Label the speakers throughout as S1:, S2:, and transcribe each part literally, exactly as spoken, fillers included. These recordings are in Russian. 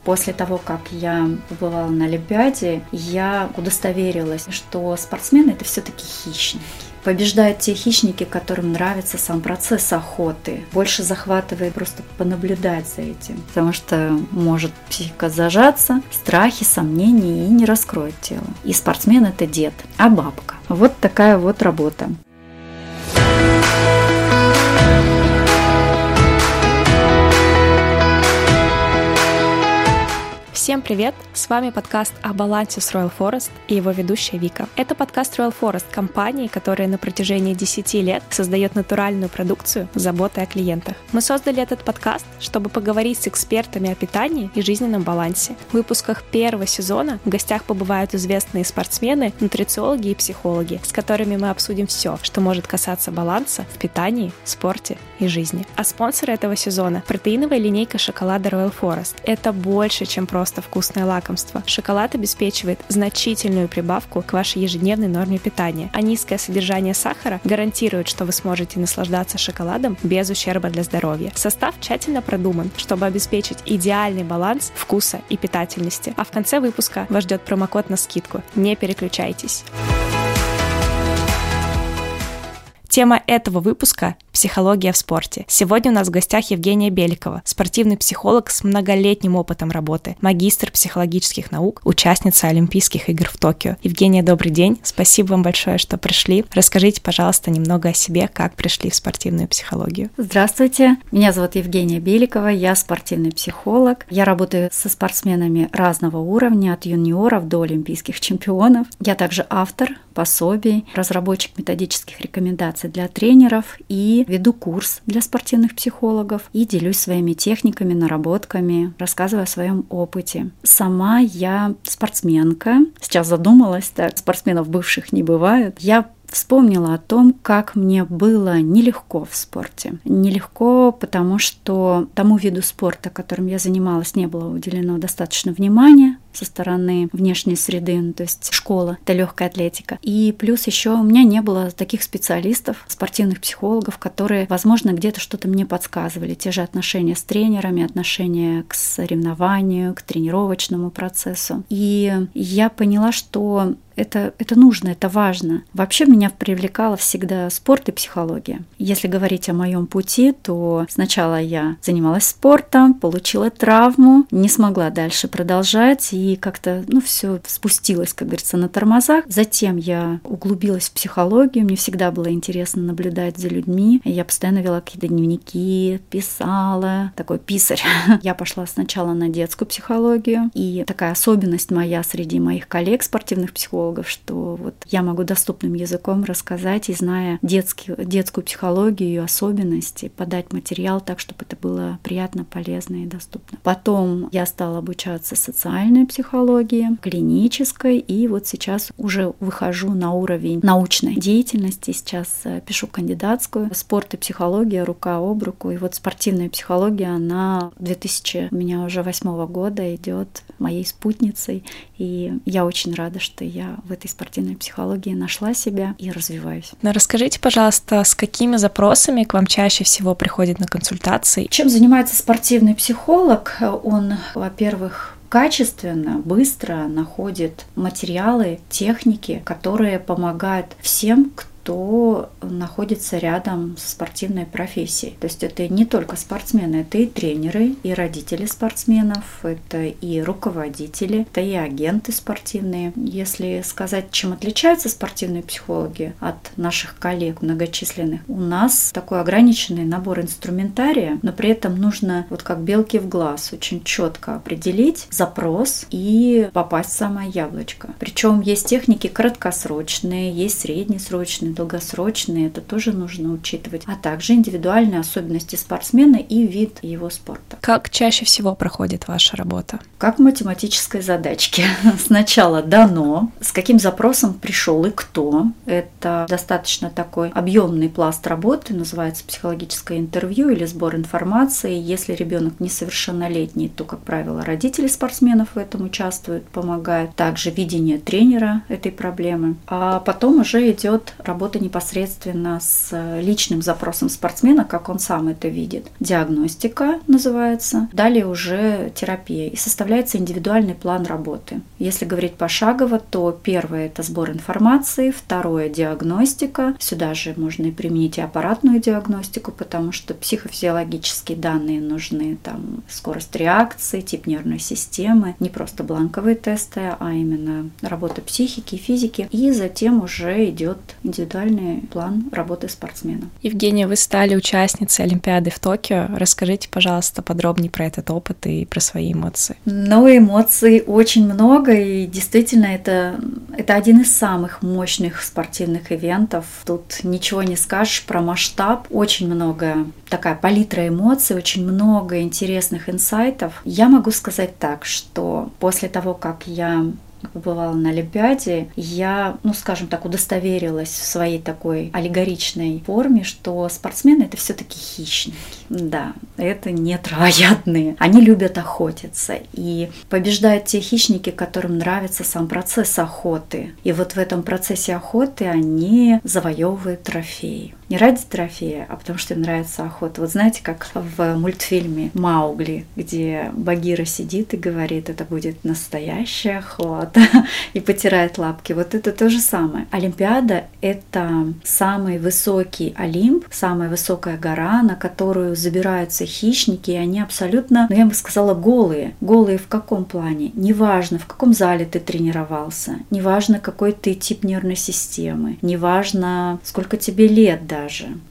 S1: После того, как я побывала на Олимпиаде, я удостоверилась, что спортсмены – это все-таки хищники. Побеждают те хищники, которым нравится сам процесс охоты. Больше захватывает просто понаблюдать за этим. Потому что может психика зажаться, страхи, сомнения и не раскроет тело. И спортсмен – это дед, а бабка. Вот такая вот работа.
S2: Всем привет! С вами подкаст о балансе с Royal Forest и его ведущая Вика. Это подкаст Royal Forest, компании, которая на протяжении десяти лет создает натуральную продукцию с заботой о клиентах. Мы создали этот подкаст, чтобы поговорить с экспертами о питании и жизненном балансе. В выпусках первого сезона в гостях побывают известные спортсмены, нутрициологи и психологи, с которыми мы обсудим все, что может касаться баланса в питании, спорте и жизни. А спонсоры этого сезона – протеиновая линейка шоколада Royal Forest. Это больше, чем просто вкусное лакомство. Шоколад обеспечивает значительную прибавку к вашей ежедневной норме питания, а низкое содержание сахара гарантирует, что вы сможете наслаждаться шоколадом без ущерба для здоровья. Состав тщательно продуман, чтобы обеспечить идеальный баланс вкуса и питательности. А в конце выпуска вас ждет промокод на скидку. Не переключайтесь. Тема этого выпуска – психология в спорте. Сегодня у нас в гостях Евгения Беликова, спортивный психолог с многолетним опытом работы, магистр психологических наук, участница Олимпийских игр в Токио. Евгения, добрый день. Спасибо вам большое, что пришли. Расскажите, пожалуйста, немного о себе, как пришли в спортивную психологию.
S1: Здравствуйте. Меня зовут Евгения Беликова, я спортивный психолог. Я работаю со спортсменами разного уровня, от юниоров до олимпийских чемпионов. Я также автор пособий, разработчик методических рекомендаций для тренеров и веду курс для спортивных психологов и делюсь своими техниками, наработками, рассказываю о своем опыте. Сама я спортсменка. Сейчас задумалась, так, спортсменов бывших не бывает. Я вспомнила о том, как мне было нелегко в спорте. Нелегко, потому что тому виду спорта, которым я занималась, не было уделено достаточно внимания со стороны внешней среды, ну, то есть школа, это легкая атлетика. И плюс еще у меня не было таких специалистов, спортивных психологов, которые, возможно, где-то что-то мне подсказывали. Те же отношения с тренерами, отношения к соревнованию, к тренировочному процессу. И я поняла, что Это, это нужно, это важно. Вообще меня привлекало всегда спорт и психология. Если говорить о моем пути, то сначала я занималась спортом, получила травму, не смогла дальше продолжать и как-то, ну, все спустилось, как говорится, на тормозах. Затем я углубилась в психологию, мне всегда было интересно наблюдать за людьми. Я постоянно вела какие-то дневники, писала, такой писарь. Я пошла сначала на детскую психологию, и такая особенность моя среди моих коллег, спортивных психологов, что вот я могу доступным языком рассказать и, зная детский, детскую психологию, ее особенности, подать материал так, чтобы это было приятно, полезно и доступно. Потом я стала обучаться социальной психологии, клинической, и вот сейчас уже выхожу на уровень научной деятельности. Сейчас пишу кандидатскую. Спорт и психология рука об руку. И вот спортивная психология, она две тысячи у меня уже восьмого года идет моей спутницей, и я очень рада, что я в этой спортивной психологии нашла себя и развиваюсь.
S2: Но расскажите, пожалуйста, с какими запросами к вам чаще всего приходят на консультации?
S1: Чем занимается спортивный психолог? Он, во-первых, качественно, быстро находит материалы, техники, которые помогают всем, кто кто находится рядом с спортивной профессией. То есть это не только спортсмены, это и тренеры, и родители спортсменов, это и руководители, это и агенты спортивные. Если сказать, чем отличаются спортивные психологи от наших коллег многочисленных, у нас такой ограниченный набор инструментария, но при этом нужно вот как белки в глаз очень четко определить запрос и попасть в самое яблочко. Причем есть техники краткосрочные, есть среднесрочные, долгосрочные, это тоже нужно учитывать, а также индивидуальные особенности спортсмена и вид его спорта.
S2: Как чаще всего проходит ваша работа?
S1: Как в математической задачке. Сначала дано, с каким запросом пришел и кто. Это достаточно такой объемный пласт работы, называется психологическое интервью или сбор информации. Если ребенок несовершеннолетний, то, как правило, родители спортсменов в этом участвуют, помогают. Также видение тренера этой проблемы. А потом уже идет работа работа непосредственно с личным запросом спортсмена, как он сам это видит. Диагностика называется, далее уже терапия, и составляется индивидуальный план работы. Если говорить пошагово, то первое – это сбор информации, второе – диагностика. Сюда же можно и применить и аппаратную диагностику, потому что психофизиологические данные нужны, там скорость реакции, тип нервной системы, не просто бланковые тесты, а именно работа психики, физики, и затем уже идет индивидуальный план работы спортсмена.
S2: Евгения, вы стали участницей Олимпиады в Токио. Расскажите, пожалуйста, подробнее про этот опыт и про свои эмоции.
S1: Ну, эмоций очень много, и действительно это, это один из самых мощных спортивных ивентов. Тут ничего не скажешь про масштаб. Очень много, такая палитра эмоций, очень много интересных инсайтов. Я могу сказать так, что после того, как я побывала на Олимпиаде, я, ну, скажем так, удостоверилась в своей такой аллегоричной форме, что спортсмены — это все-таки хищники. Да, это не травоядные. Они любят охотиться. И побеждают те хищники, которым нравится сам процесс охоты. И вот в этом процессе охоты они завоевывают трофеи. Не ради трофея, а потому что им нравится охота. Вот знаете, как в мультфильме «Маугли», где Багира сидит и говорит: это будет настоящая охота, и потирает лапки. Вот это то же самое. Олимпиада — это самый высокий Олимп, самая высокая гора, на которую забираются хищники, и они абсолютно, ну я бы сказала, голые. Голые в каком плане? Неважно, в каком зале ты тренировался, неважно, какой ты тип нервной системы, неважно, сколько тебе лет даже.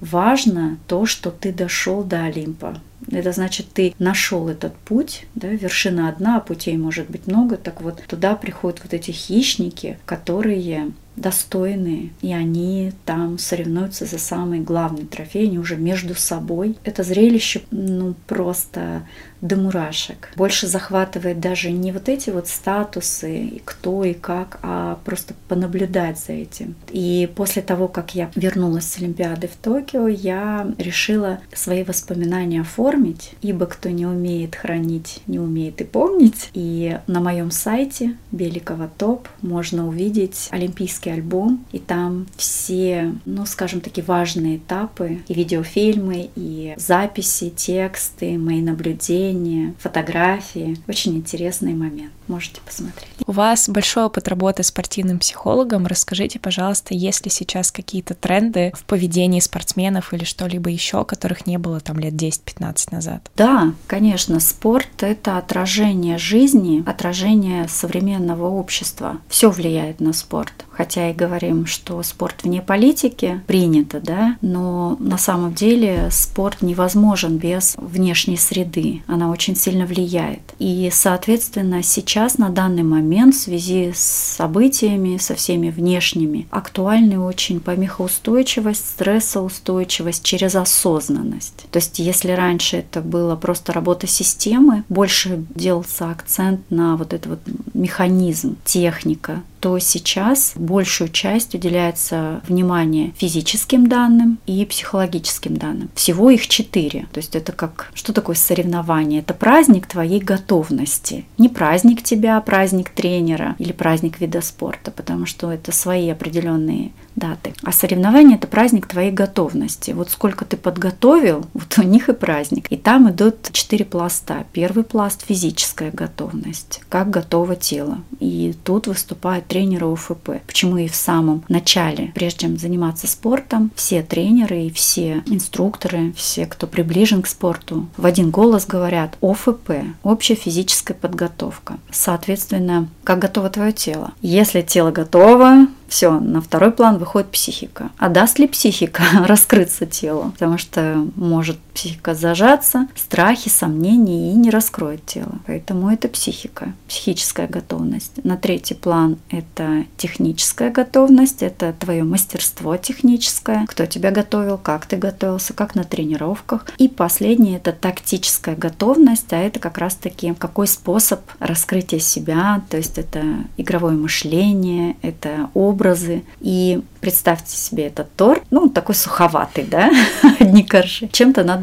S1: Важно то, что ты дошел до Олимпа. Это значит, ты нашел этот путь, да, вершина одна, а путей может быть много. Так вот, туда приходят вот эти хищники, которые достойные, и они там соревнуются за самый главный трофей, они уже между собой. Это зрелище, ну, просто до мурашек. Больше захватывает даже не вот эти вот статусы, кто и как, а просто понаблюдать за этим. И после того, как я вернулась с Олимпиады в Токио, я решила свои воспоминания оформить, ибо кто не умеет хранить, не умеет и помнить. И на моем сайте Беликова Топ можно увидеть олимпийский альбом, и там все, ну, скажем, такие важные этапы, и видеофильмы, и записи, тексты, мои наблюдения, фотографии. Очень интересный момент. Можете посмотреть.
S2: У вас большой опыт работы спортивным психологом. Расскажите, пожалуйста, есть ли сейчас какие-то тренды в поведении спортсменов или что-либо еще, которых не было там лет десять-пятнадцать назад?
S1: Да, конечно. Спорт — это отражение жизни, отражение современного общества. Все влияет на спорт. Хотя и говорим, что спорт вне политики принято, да, но на самом деле спорт невозможен без внешней среды. Она очень сильно влияет. И, соответственно, сейчас на данный момент в связи с событиями, со всеми внешними, актуальны очень помехоустойчивость, стрессоустойчивость через осознанность. То есть, если раньше это было просто работа системы, больше делался акцент на вот этот вот механизм, техника, то сейчас большую часть уделяется внимание физическим данным и психологическим данным. Всего их четыре. То есть это как, что такое соревнование? Это праздник твоей готовности. Не праздник тебя, а праздник тренера или праздник вида спорта, потому что это свои определенные даты. А соревнование — это праздник твоей готовности. Вот сколько ты подготовил, вот у них и праздник. И там идут четыре пласта. Первый пласт — физическая готовность. Как готово тело. И тут выступают тренеры ОФП. Почему и в самом начале, прежде чем заниматься спортом, все тренеры и все инструкторы, все, кто приближен к спорту, в один голос говорят: ОФП, общая физическая подготовка. Соответственно, как готово твое тело. Если тело готово, все, на второй план выходит психика. А даст ли психика раскрыться телу? Потому что может психика зажаться, страхи, сомнения, и не раскроет тело. Поэтому это психика, психическая готовность. На третий план это техническая готовность, это твое мастерство техническое, кто тебя готовил, как ты готовился, как на тренировках. И последнее это тактическая готовность, а это как раз-таки какой способ раскрытия себя, то есть это игровое мышление, это образ, образы. И представьте себе этот торт, ну, такой суховатый, да, одни коржи. Чем-то надо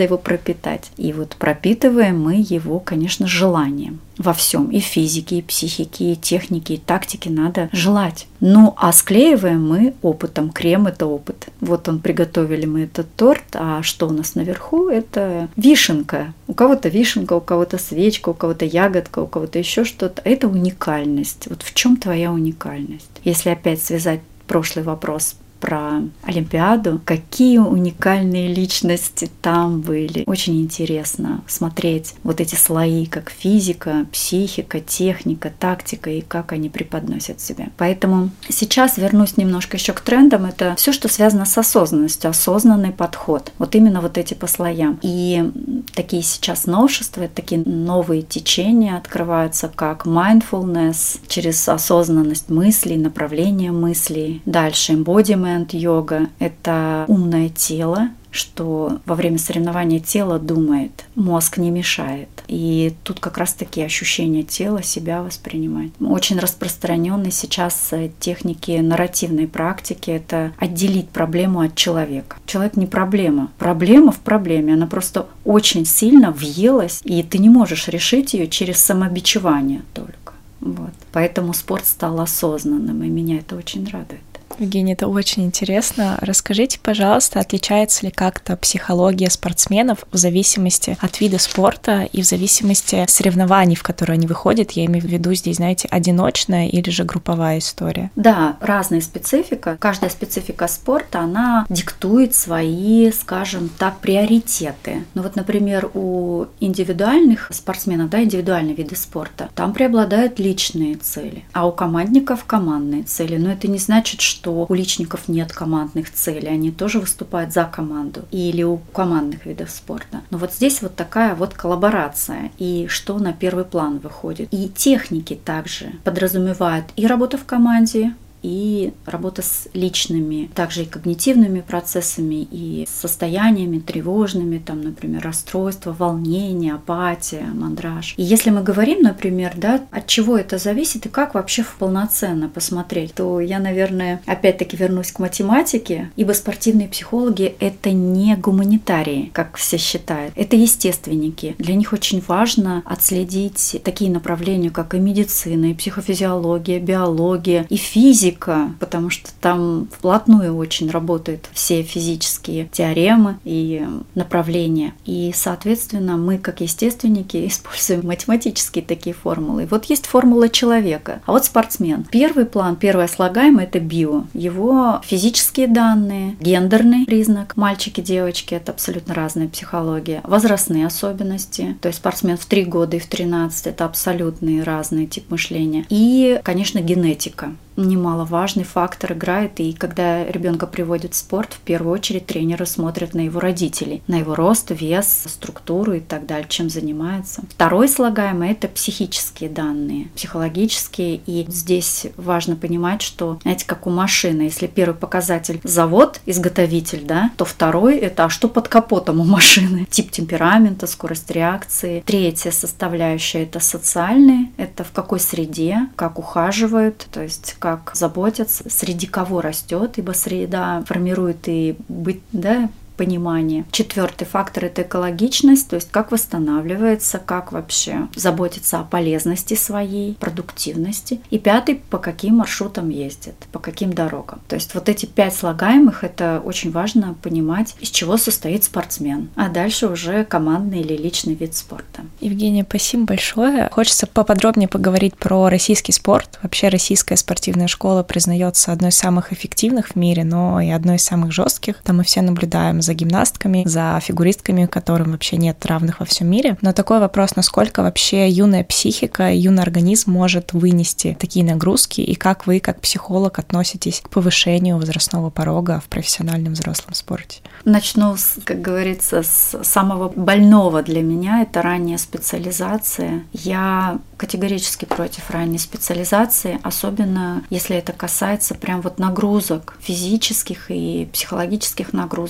S1: его пропитать. И вот пропитываем мы его, конечно, желанием. Во всем, и физике, и психике, и технике, и тактике надо желать. Ну, а склеиваем мы опытом. Крем – это опыт. Вот он, приготовили мы этот торт, а что у нас наверху – это вишенка. У кого-то вишенка, у кого-то свечка, у кого-то ягодка, у кого-то еще что-то. Это уникальность. Вот в чем твоя уникальность? Если опять связать прошлый вопрос про Олимпиаду, какие уникальные личности там были. Очень интересно смотреть вот эти слои, как физика, психика, техника, тактика и как они преподносят себя. Поэтому сейчас вернусь немножко еще к трендам. Это все, что связано с осознанностью, осознанный подход. Вот именно вот эти по слоям. И такие сейчас новшества, такие новые течения открываются, как mindfulness, через осознанность мыслей, направление мыслей. Дальше embodiment, йога – это умное тело, что во время соревнования тело думает, мозг не мешает. И тут как раз-таки ощущение тела, себя воспринимать. Очень распространенные сейчас техники нарративной практики – это отделить проблему от человека. Человек не проблема. Проблема в проблеме, она просто очень сильно въелась, и ты не можешь решить ее через самобичевание только. Вот. Поэтому спорт стал осознанным, и меня это очень радует.
S2: Евгения, это очень интересно. Расскажите, пожалуйста, отличается ли как-то психология спортсменов в зависимости от вида спорта и в зависимости от соревнований, в которые они выходят? Я имею в виду здесь, знаете, одиночная или же групповая история?
S1: Да, разная специфика. Каждая специфика спорта, она диктует свои, скажем так, приоритеты. Ну вот, например, у индивидуальных спортсменов, да, индивидуальные виды спорта, там преобладают личные цели, а у командников командные цели. Но это не значит, что что у личников нет командных целей, они тоже выступают за команду, или у командных видов спорта. Но вот здесь вот такая вот коллаборация, и что на первый план выходит. И техники также подразумевают и работу в команде, и работа с личными, также и когнитивными процессами, и состояниями тревожными, там, например, расстройство, волнение, апатия, мандраж. И если мы говорим, например, да, от чего это зависит и как вообще полноценно посмотреть, то я, наверное, опять-таки вернусь к математике, ибо спортивные психологи — это не гуманитарии, как все считают, это естественники. Для них очень важно отследить такие направления, как и медицина, и психофизиология, биология, и физика, потому что там вплотную очень работают все физические теоремы и направления. И, соответственно, мы, как естественники, используем математические такие формулы. И вот есть формула человека. А вот спортсмен. Первый план, первое слагаемое – это био. Его физические данные, гендерный признак. Мальчики, девочки – это абсолютно разная психология. Возрастные особенности. То есть спортсмен в три года и в тринадцать – это абсолютный разный тип мышления. И, конечно, генетика. Немаловажный фактор играет, и когда ребенка приводят в спорт, в первую очередь тренеры смотрят на его родителей, на его рост, вес, структуру и так далее, чем занимается. Второй слагаемый – это психические данные, психологические, и здесь важно понимать, что, знаете, как у машины, если первый показатель – завод, изготовитель, да, то второй – это а что под капотом у машины? Тип темперамента, скорость реакции. Третья составляющая – это социальные, это в какой среде, как ухаживают, то есть как заботятся, среди кого растет, ибо среда формирует и быть, да, понимание. Четвертый фактор – это экологичность, то есть как восстанавливается, как вообще заботиться о полезности своей, продуктивности. И пятый – по каким маршрутам ездит, по каким дорогам. То есть вот эти пять слагаемых – это очень важно понимать, из чего состоит спортсмен. А дальше уже командный или личный вид спорта.
S2: Евгения, спасибо большое. Хочется поподробнее поговорить про российский спорт. Вообще российская спортивная школа признается одной из самых эффективных в мире, но и одной из самых жестких. Там мы все наблюдаем за гимнастками, за фигуристками, которым вообще нет равных во всем мире. Но такой вопрос, насколько вообще юная психика, юный организм может вынести такие нагрузки, и как вы, как психолог, относитесь к повышению возрастного порога в профессиональном взрослом спорте?
S1: Начну, с, как говорится, с самого больного для меня, это ранняя специализация. Я категорически против ранней специализации, особенно если это касается прям вот нагрузок, физических и психологических нагрузок. То есть ранняя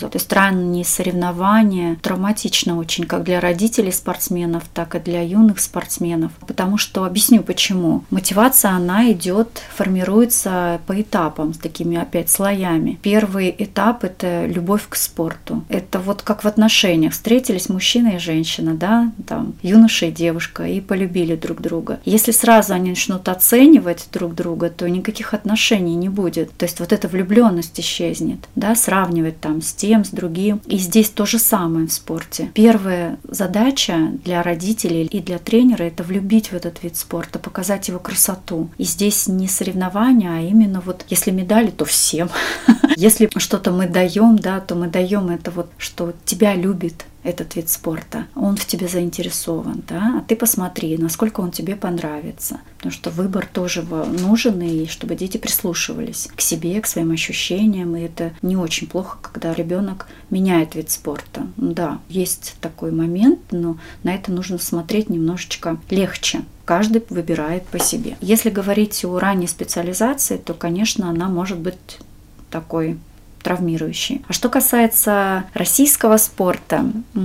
S1: ранние соревнования травматично очень как для родителей спортсменов, так и для юных спортсменов. Потому что, объясню почему. Мотивация, она идет, формируется по этапам, с такими опять слоями. Первый этап – это любовь к спорту. Это вот как в отношениях. Встретились мужчина и женщина, да, там, юноша и девушка, и полюбили друг друга. Если сразу они начнут оценивать друг друга, то никаких отношений не будет. То есть вот эта влюбленность исчезнет, да, сравнивать там с тем, с другим. И здесь то же самое в спорте. Первая задача для родителей и для тренера – это влюбить в этот вид спорта, показать его красоту. И здесь не соревнования, а именно вот если медали, то всем. Если что-то мы даем, да, то мы даем это вот, что тебя любит этот вид спорта, он в тебе заинтересован, да, а ты посмотри, насколько он тебе понравится, потому что выбор тоже нужен, и чтобы дети прислушивались к себе, к своим ощущениям, и это не очень плохо, когда ребенок меняет вид спорта. Да, есть такой момент, но на это нужно смотреть немножечко легче. Каждый выбирает по себе. Если говорить о ранней специализации, то, конечно, она может быть такой травмирующий. А что касается российского спорта,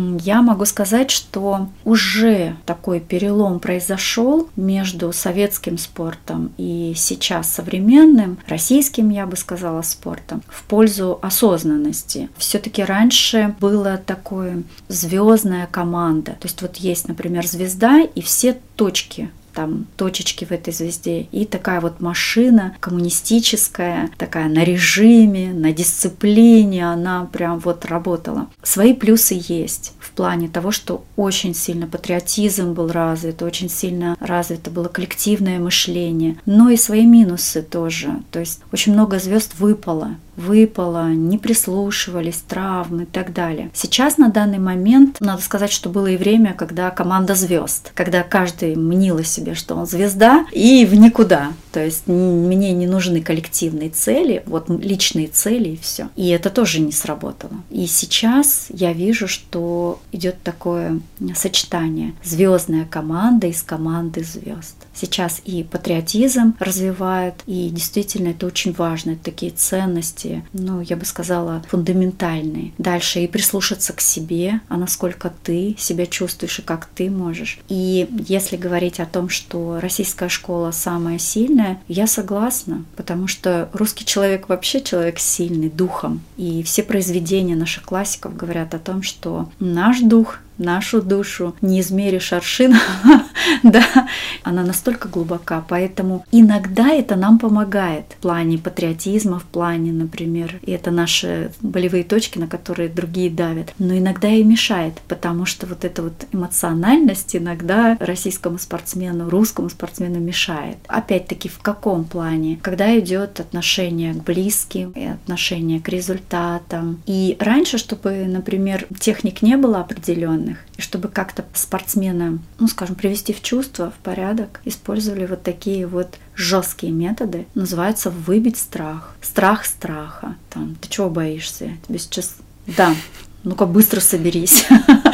S1: я могу сказать, что уже такой перелом произошел между советским спортом и сейчас современным российским, я бы сказала, спортом в пользу осознанности. Все-таки раньше была такая звездная команда. То есть вот есть, например, звезда и все точки, там точечки в этой звезде, и такая вот машина коммунистическая, такая на режиме, на дисциплине, она прям вот работала. Свои плюсы есть в плане того, что очень сильно патриотизм был развит, очень сильно развито было коллективное мышление, но и свои минусы тоже. То есть очень много звезд выпало. выпало, не прислушивались, травмы и так далее. Сейчас на данный момент, надо сказать, что было и время, когда команда звезд, когда каждый мнил о себе, что он звезда, и в никуда. То есть мне не нужны коллективные цели, вот личные цели и все. И это тоже не сработало. И сейчас я вижу, что идет такое сочетание. Звездная команда из команды звезд. Сейчас и патриотизм развивают, и действительно это очень важно, это такие ценности, ну, я бы сказала, фундаментальные. Дальше и прислушаться к себе, а насколько ты себя чувствуешь и как ты можешь. И если говорить о том, что российская школа самая сильная, я согласна, потому что русский человек вообще человек сильный духом, и все произведения наших классиков говорят о том, что наш дух, нашу душу не измеришь аршин, да, она настолько глубока, поэтому иногда это нам помогает в плане патриотизма, в плане, например, и это наши болевые точки, на которые другие давят, но иногда и мешает, потому что вот эта вот эмоциональность иногда российскому спортсмену, русскому спортсмену мешает. Опять-таки, в каком плане? Когда идет отношение к близким, и отношение к результатам. И раньше, чтобы, например, техник не было определенных, и чтобы как-то спортсмена, ну, скажем, привести в чувство, в порядок, использовали вот такие вот жесткие методы. Называется выбить страх. Страх страха. Там, ты чего боишься? Тебе сейчас... Да. Ну-ка быстро соберись.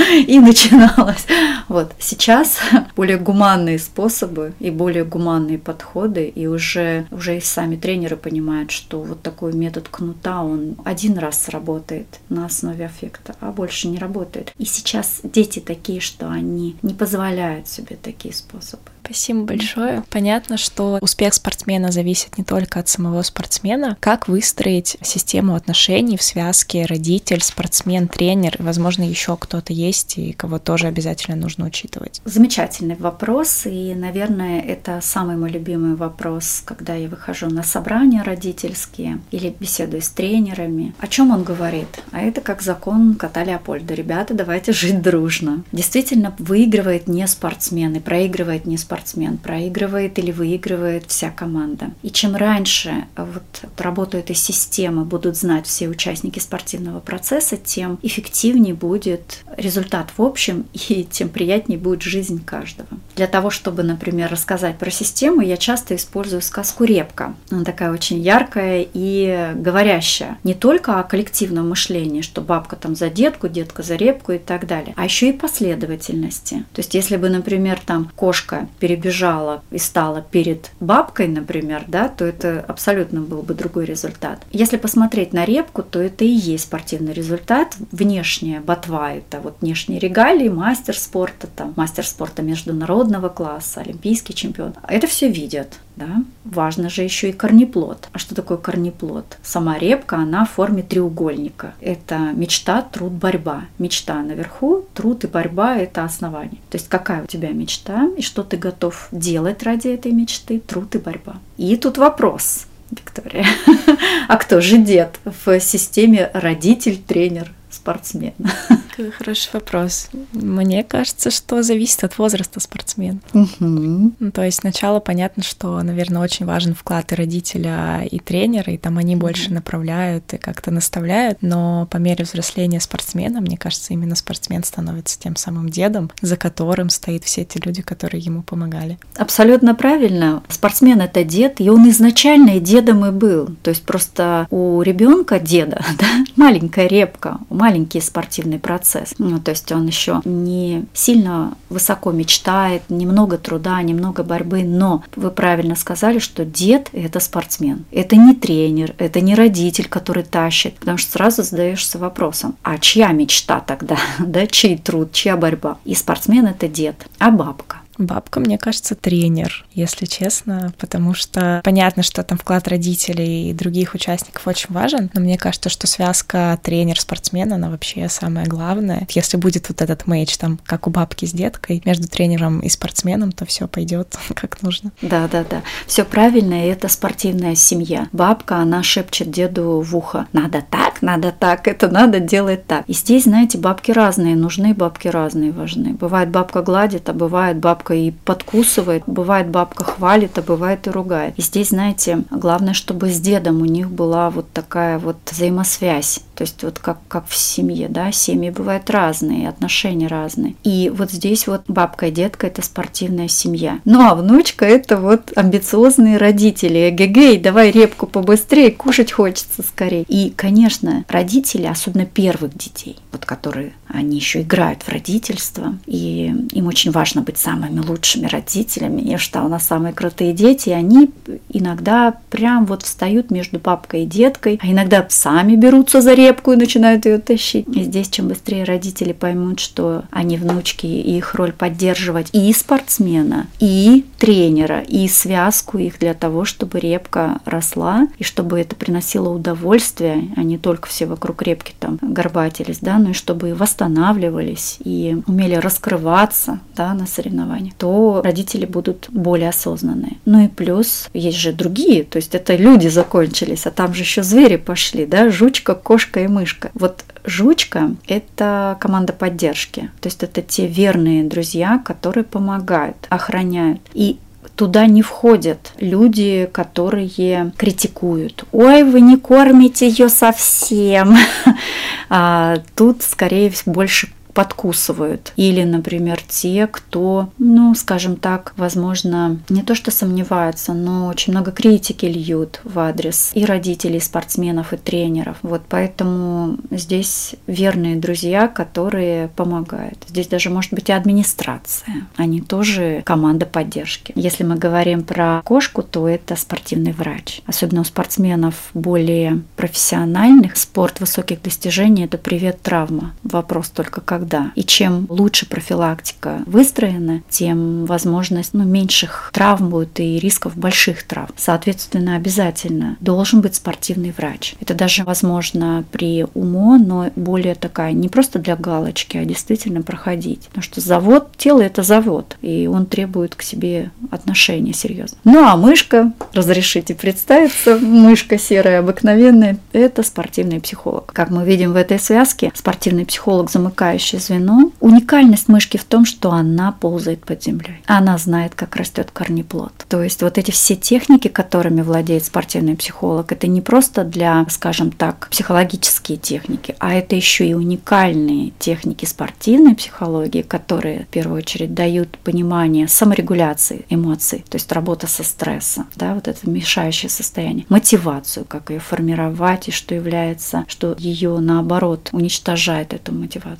S1: И начиналось. Вот. Сейчас более гуманные способы и более гуманные подходы, и уже, уже и сами тренеры понимают, что вот такой метод кнута, он один раз сработает на основе аффекта, а больше не работает. И сейчас дети такие, что они не позволяют себе такие способы.
S2: Спасибо большое. Понятно, что успех спортсмена зависит не только от самого спортсмена. Как выстроить систему отношений в связке родитель, спортсмен, тренер, и, возможно, еще кто-то есть, и кого тоже обязательно нужно учитывать?
S1: Замечательный вопрос, и, наверное, это самый мой любимый вопрос, когда я выхожу на собрания родительские или беседую с тренерами. О чем он говорит? А это как закон кота Леопольда. Ребята, давайте жить дружно. Действительно, выигрывает не спортсмен и проигрывает не спортсмен. Спортсмен проигрывает или выигрывает вся команда. И чем раньше вот работу этой системы будут знать все участники спортивного процесса, тем эффективнее будет результат в общем, и тем приятнее будет жизнь каждого. Для того, чтобы, например, рассказать про систему, я часто использую сказку «Репка». Она такая очень яркая и говорящая. Не только о коллективном мышлении, что бабка там за детку, детка за репку и так далее, а еще и последовательности. То есть, если бы, например, там кошка перед перебежала и стала перед бабкой, например, да, то это абсолютно был бы другой результат. Если посмотреть на репку, то это и есть спортивный результат. Внешняя ботва – это вот внешние регалии, мастер спорта, там, мастер спорта международного класса, олимпийский чемпион. Это все видят. Да? Важно же еще и корнеплод. А что такое корнеплод? Сама репка, она в форме треугольника. Это мечта, труд, борьба. Мечта наверху, труд и борьба – это основание. То есть какая у тебя мечта и что ты готов делать ради этой мечты, труд и борьба. И тут вопрос, Виктория. А кто же дед в системе родитель, тренер, спортсмен?
S2: Какой хороший вопрос. Мне кажется, что зависит от возраста спортсмена.
S1: Угу.
S2: Ну, то есть сначала понятно, что, наверное, очень важен вклад и родителя, и тренера, и там они больше угу. направляют и как-то наставляют, но по мере взросления спортсмена, мне кажется, именно спортсмен становится тем самым дедом, за которым стоят все те люди, которые ему помогали.
S1: Абсолютно правильно. Спортсмен — это дед, и он изначально и дедом и был. То есть просто у ребенка деда, да, маленькая репка, маленький спортивный процесс. Ну, то есть он еще не сильно высоко мечтает, немного труда, немного борьбы, но вы правильно сказали, что дед – это спортсмен. Это не тренер, это не родитель, который тащит, потому что сразу задаешься вопросом, а чья мечта тогда, да, чей труд, чья борьба? И спортсмен – это дед, а бабка?
S2: Бабка, мне кажется, тренер, если честно, потому что понятно, что там вклад родителей и других участников очень важен, но мне кажется, что связка тренер-спортсмен, она вообще самое главное. Если будет вот этот мэйч, там, как у бабки с деткой, между тренером и спортсменом, то все пойдет как нужно.
S1: Да-да-да, все правильно, и это спортивная семья. Бабка, она шепчет деду в ухо: надо так, надо так, это надо делать так. И здесь, знаете, бабки разные, нужны бабки разные, важны. Бывает, бабка гладит, а бывает, бабка и подкусывает, бывает, бабка хвалит, а бывает и ругает. И здесь, знаете, главное, чтобы с дедом у них была вот такая вот взаимосвязь. То есть вот как, как в семье, да, семьи бывают разные, отношения разные. И вот здесь вот бабка и детка – это спортивная семья. Ну а внучка – это вот амбициозные родители. Эгегей, давай репку побыстрее, кушать хочется скорее. И, конечно, родители, особенно первых детей, вот которые, они еще играют в родительство, и им очень важно быть самыми лучшими родителями. Я считаю, у нас самые крутые дети, и они иногда прям вот встают между бабкой и деткой, а иногда сами берутся за репку и начинают ее тащить. И здесь чем быстрее родители поймут, что они внучки, и их роль поддерживать и спортсмена, и тренера, и связку их для того, чтобы репка росла, и чтобы это приносило удовольствие, а не только все вокруг репки там горбатились, да, но и чтобы восстанавливались и умели раскрываться, да, на соревнованиях, то родители будут более осознанные. Ну и плюс есть же другие, то есть это люди закончились, а там же еще звери пошли, да, жучка, кошка и мышка. Вот жучка – это команда поддержки, то есть это те верные друзья, которые помогают, охраняют. И туда не входят люди, которые критикуют. Ой, вы не кормите ее совсем. А тут, скорее всего, больше подкусывают. Или, например, те, кто, ну, скажем так, возможно, не то что сомневаются, но очень много критики льют в адрес и родителей, и спортсменов, и тренеров. Вот поэтому здесь верные друзья, которые помогают. Здесь даже может быть и администрация. Они тоже команда поддержки. Если мы говорим про кошку, то это спортивный врач. Особенно у спортсменов более профессиональных, спорт высоких достижений – это привет травма. Вопрос только когда. И чем лучше профилактика выстроена, тем возможность, ну, меньших травм будет и рисков больших травм. Соответственно, обязательно должен быть спортивный врач. Это даже возможно при УМО, но более такая не просто для галочки, а действительно проходить. Потому что завод, тело – это завод, и он требует к себе отношения серьезно. Ну а мышка, разрешите представиться, мышка серая обыкновенная – это спортивный психолог. Как мы видим в этой связке, спортивный психолог, замыкающий звено. Уникальность мышки в том, что она ползает под землей. Она знает, как растет корнеплод. То есть вот эти все техники, которыми владеет спортивный психолог, это не просто для, скажем так, психологические техники, а это еще и уникальные техники спортивной психологии, которые в первую очередь дают понимание саморегуляции эмоций, то есть работа со стрессом, да, вот это мешающее состояние, мотивацию, как ее формировать и что является, что ее наоборот уничтожает эту мотивацию. И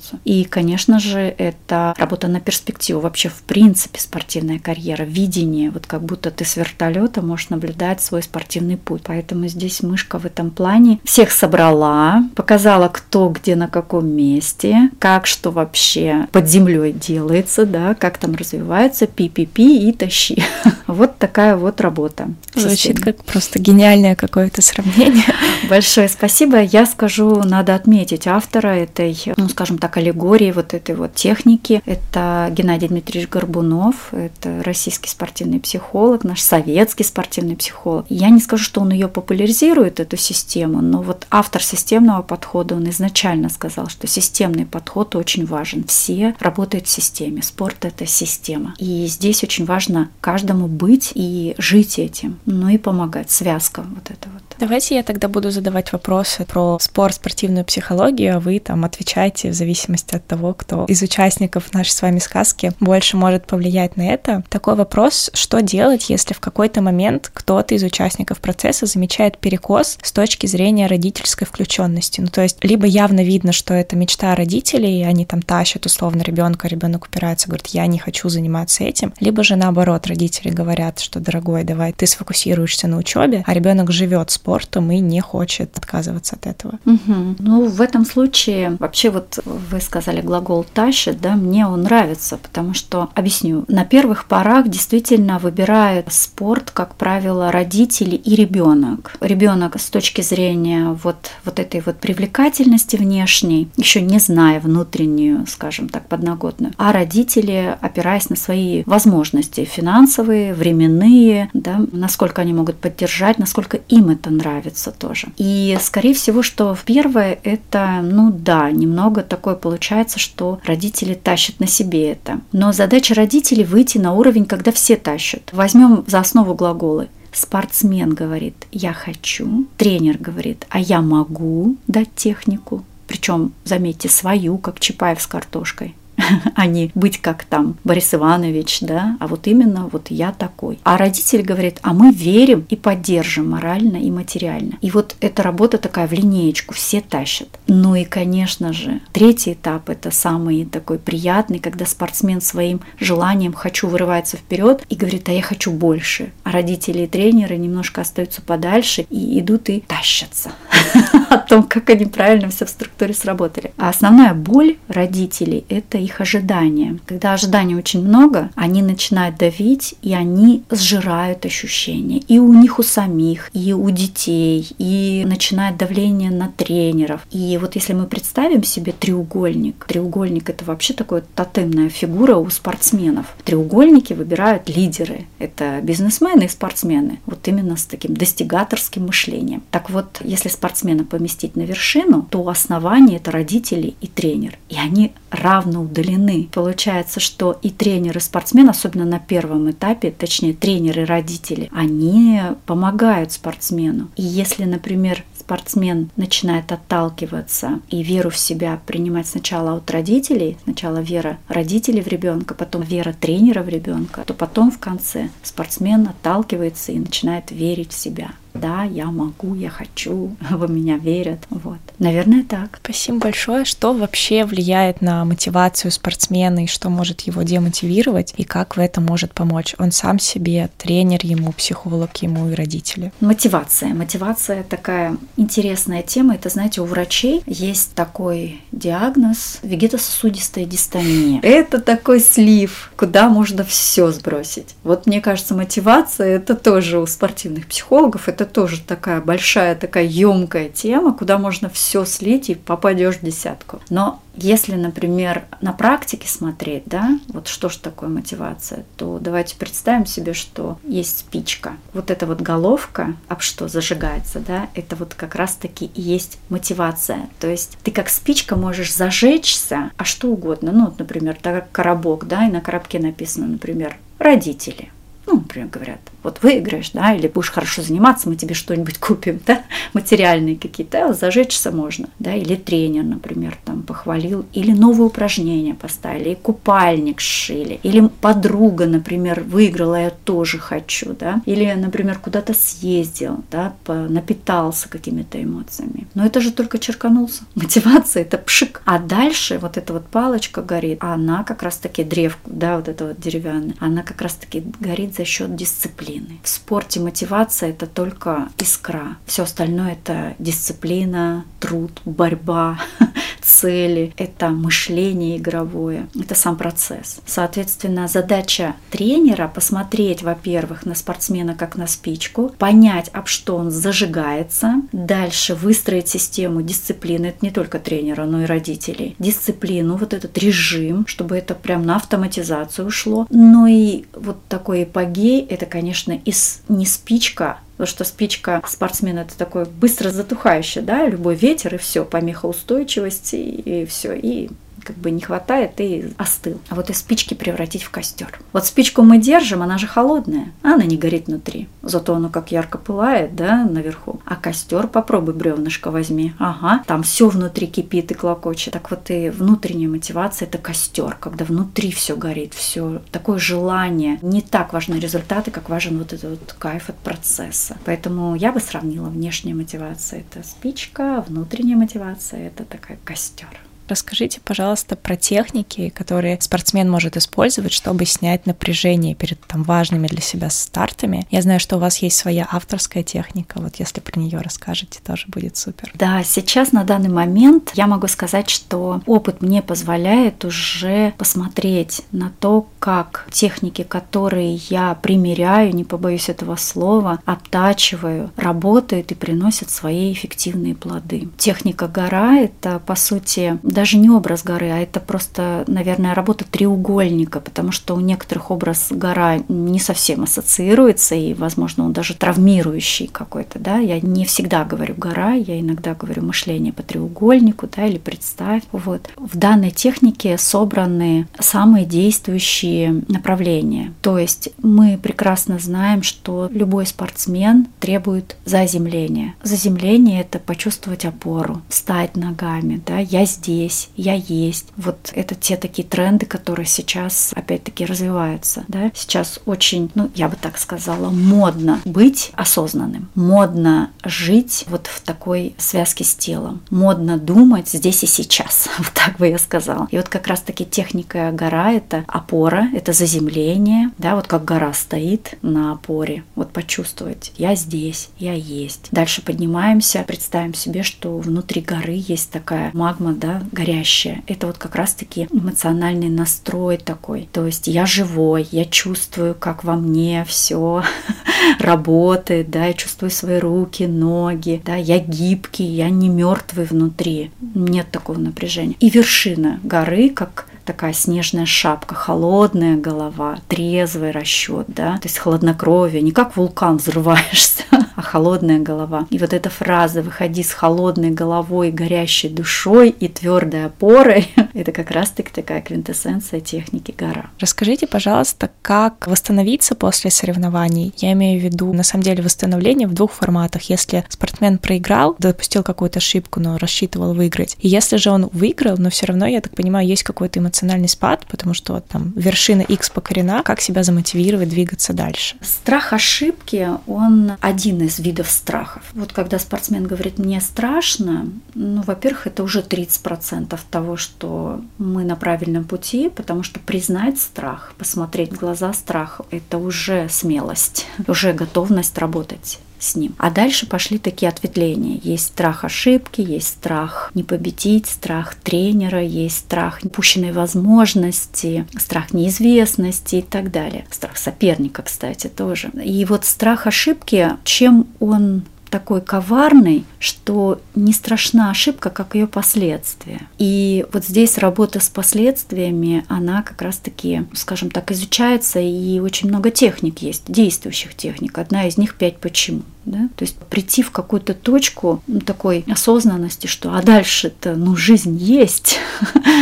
S1: конечно же, это работа на перспективу, вообще в принципе спортивная карьера, видение, вот как будто ты с вертолета можешь наблюдать свой спортивный путь. Поэтому здесь мышка в этом плане всех собрала, показала, кто где на каком месте, как что вообще под землей делается, да, как там развивается, пи-пи-пи и тащи. Вот такая вот работа.
S2: Звучит как просто гениальное какое-то сравнение.
S1: Большое спасибо. Я скажу, надо отметить автора этой, ну, скажем так, аллегории, вот этой вот техники. Это Геннадий Дмитриевич Горбунов, это российский спортивный психолог, наш советский спортивный психолог. Я не скажу, что он ее популяризирует, эту систему, но вот автор системного подхода, он изначально сказал, что системный подход очень важен. Все работают в системе. Спорт – это система. И здесь очень важно каждому быть и жить этим, ну и помогать. Связка вот эта вот.
S2: Давайте я тогда буду задавать вопросы про спорт, спортивную психологию, а вы там отвечайте в зависимости от того, кто из участников нашей с вами сказки больше может повлиять на это. Такой вопрос: что делать, если в какой-то момент кто-то из участников процесса замечает перекос с точки зрения родительской включенности? Ну, то есть либо явно видно, что это мечта родителей, и они там тащат условно ребенка, ребенок упирается, говорит, я не хочу заниматься этим, либо же наоборот, родители говорят, что, дорогой, давай ты сфокусируешься на учебе, а ребенок живет спортом и не хочет отказываться от этого.
S1: Угу. Ну, в этом случае вообще вот вы сказали глагол «тащит», да, мне он нравится, потому что, объясню, на первых порах действительно выбирают спорт, как правило, родители и ребенок. Ребенок с точки зрения вот, вот этой вот привлекательности внешней, еще не зная внутреннюю, скажем так, подноготную, а родители, опираясь на свои возможности финансовые, временные, да, насколько они могут поддержать, насколько им это нравится тоже. И, скорее всего, что первое это, ну да, немного такое получается, что родители тащат на себе это. Но задача родителей выйти на уровень, когда все тащат. Возьмем за основу глаголы. Спортсмен говорит «я хочу», тренер говорит «а я могу дать технику». Причем, заметьте, свою, как Чапаев с картошкой. А не быть как там Борис Иванович, да, а вот именно вот я такой. А родитель говорит, а мы верим и поддержим морально и материально. И вот эта работа такая в линеечку, все тащат. Ну и, конечно же, третий этап – это самый такой приятный, когда спортсмен своим желанием «хочу» вырывается вперед и говорит, а я хочу больше. А родители и тренеры немножко остаются подальше и идут и тащатся о том, как они правильно все в структуре сработали. А основная боль родителей – это их ожидания. Когда ожиданий очень много, они начинают давить, и они сжирают ощущения. И у них у самих, и у детей, и начинает давление на тренеров. И вот если мы представим себе треугольник, треугольник – это вообще такая тотемная фигура у спортсменов. Треугольники выбирают лидеры. Это бизнесмены и спортсмены. Вот именно с таким достигаторским мышлением. Так вот, если спортсмена поместить на вершину, то у основания это родители и тренер. И они равно удалены. Получается, что и тренер, и спортсмен, особенно на первом этапе, точнее тренеры и родители, они помогают спортсмену. И если, например, спортсмен начинает отталкиваться и веру в себя принимать сначала от родителей, сначала вера родителей в ребенка, потом вера тренера в ребенка, то потом в конце спортсмен отталкивается и начинает верить в себя. Да, я могу, я хочу, в меня верят. Вот. Наверное, так.
S2: Спасибо большое. Что вообще влияет на мотивацию спортсмена и что может его демотивировать, и как в этом может помочь он сам себе, тренер ему, психолог ему и родители?
S1: Мотивация. Мотивация такая интересная тема. Это, знаете, у врачей есть такой диагноз вегетососудистая дистония. Это такой слив, куда можно все сбросить. Вот мне кажется, мотивация это тоже у спортивных психологов, это тоже такая большая, такая емкая тема, куда можно все слить и попадешь в десятку. Но если, например, на практике смотреть, да, вот что же такое мотивация, то давайте представим себе, что есть спичка. Вот эта вот головка, об что зажигается, да, это вот как раз-таки и есть мотивация. То есть ты как спичка можешь зажечься, а что угодно. Ну, вот, например, так как коробок, да, и на коробке написано, например, родители. Ну, например, говорят, вот вот выиграешь, да, или будешь хорошо заниматься, мы тебе что-нибудь купим, да, материальные какие-то, да, зажечься можно, да, или тренер, например, там похвалил, или новые упражнения поставили, и купальник сшили, или подруга, например, выиграла, я тоже хочу, да, или, например, куда-то съездил, да, напитался какими-то эмоциями. Но это же только черканулся. Мотивация – это пшик. А дальше вот эта вот палочка горит, а она как раз-таки древка, да, вот эта вот деревянная, она как раз-таки горит за счет дисциплины. В спорте мотивация – это только искра. Все остальное – это дисциплина, труд, борьба, цели, это мышление игровое, это сам процесс. Соответственно, задача тренера – посмотреть, во-первых, на спортсмена как на спичку, понять, об что он зажигается, дальше выстроить систему дисциплины, это не только тренера, но и родителей, дисциплину, вот этот режим, чтобы это прям на автоматизацию ушло. Ну и вот такой эпогей – это, конечно, и не спичка, потому что спичка спортсмена – это такое быстро затухающее, да, любой ветер, и все, помеха устойчивости, и все, и как бы не хватает, и остыл. А вот из спички превратить в костер. Вот спичку мы держим, она же холодная, она не горит внутри. Зато она как ярко пылает, да, наверху. А костер попробуй бревнышко возьми. Ага, там все внутри кипит и клокочет. Так вот и внутренняя мотивация – это костер, когда внутри все горит, все такое желание. Не так важны результаты, как важен вот этот вот кайф от процесса. Поэтому я бы сравнила: внешняя мотивация – это спичка, внутренняя мотивация – это такая костер.
S2: Расскажите, пожалуйста, про техники, которые спортсмен может использовать, чтобы снять напряжение перед там важными для себя стартами. Я знаю, что у вас есть своя авторская техника. Вот если про нее расскажете, тоже будет супер.
S1: Да, сейчас на данный момент я могу сказать, что опыт мне позволяет уже посмотреть на то, как техники, которые я примеряю, не побоюсь этого слова, обтачиваю, работают и приносят свои эффективные плоды. Техника гора — это, по сути, даже не образ горы, а это просто, наверное, работа треугольника, потому что у некоторых образ гора не совсем ассоциируется, и, возможно, он даже травмирующий какой-то, да. Я не всегда говорю гора, я иногда говорю мышление по треугольнику, да, или представь. Вот. В данной технике собраны самые действующие направления. То есть мы прекрасно знаем, что любой спортсмен требует заземления. Заземление — это почувствовать опору, встать ногами, да, я здесь, я есть. Вот это те такие тренды, которые сейчас опять-таки развиваются. Да? Сейчас очень, ну, я бы так сказала, модно быть осознанным, модно жить вот в такой связке с телом, модно думать здесь и сейчас, вот так бы я сказала. И вот как раз-таки техника гора — это опора, это заземление, да, вот как гора стоит на опоре, вот почувствовать: я здесь, я есть. Дальше поднимаемся, представим себе, что внутри горы есть такая магма, да, горящая. Это вот как раз-таки эмоциональный настрой такой. То есть я живой, я чувствую, как во мне все работает, да, я чувствую свои руки, ноги, да, я гибкий, я не мертвый внутри. Нет такого напряжения. И вершина горы, как такая снежная шапка, холодная голова, трезвый расчет, да, то есть хладнокровие, не как вулкан взрываешься, а холодная голова. И вот эта фраза «выходи с холодной головой, горящей душой и твердой опорой» — это как раз-таки такая квинтэссенция техники гора.
S2: Расскажите, пожалуйста, как восстановиться после соревнований? Я имею в виду, на самом деле, восстановление в двух форматах. Если спортсмен проиграл, допустил какую-то ошибку, но рассчитывал выиграть, и если же он выиграл, но все равно, я так понимаю, есть какой-то эмоциональный спад, потому что там вершина X покорена, как себя замотивировать двигаться дальше?
S1: Страх ошибки, он один из видов страхов. Вот когда спортсмен говорит «мне страшно», ну, во-первых, это уже тридцать процентов того, что мы на правильном пути, потому что признать страх, посмотреть в глаза страху — это уже смелость, уже готовность работать с ним. А дальше пошли такие ответвления. Есть страх ошибки, есть страх не победить, страх тренера, есть страх упущенной возможности, страх неизвестности и так далее. Страх соперника, кстати, тоже. И вот страх ошибки, чем он такой коварный, что не страшна ошибка, как ее последствия. И вот здесь работа с последствиями, она как раз-таки, скажем так, изучается, и очень много техник есть, действующих техник. Одна из них пять почему. Да? То есть прийти в какую-то точку, ну, такой осознанности, что а дальше-то, ну, жизнь есть,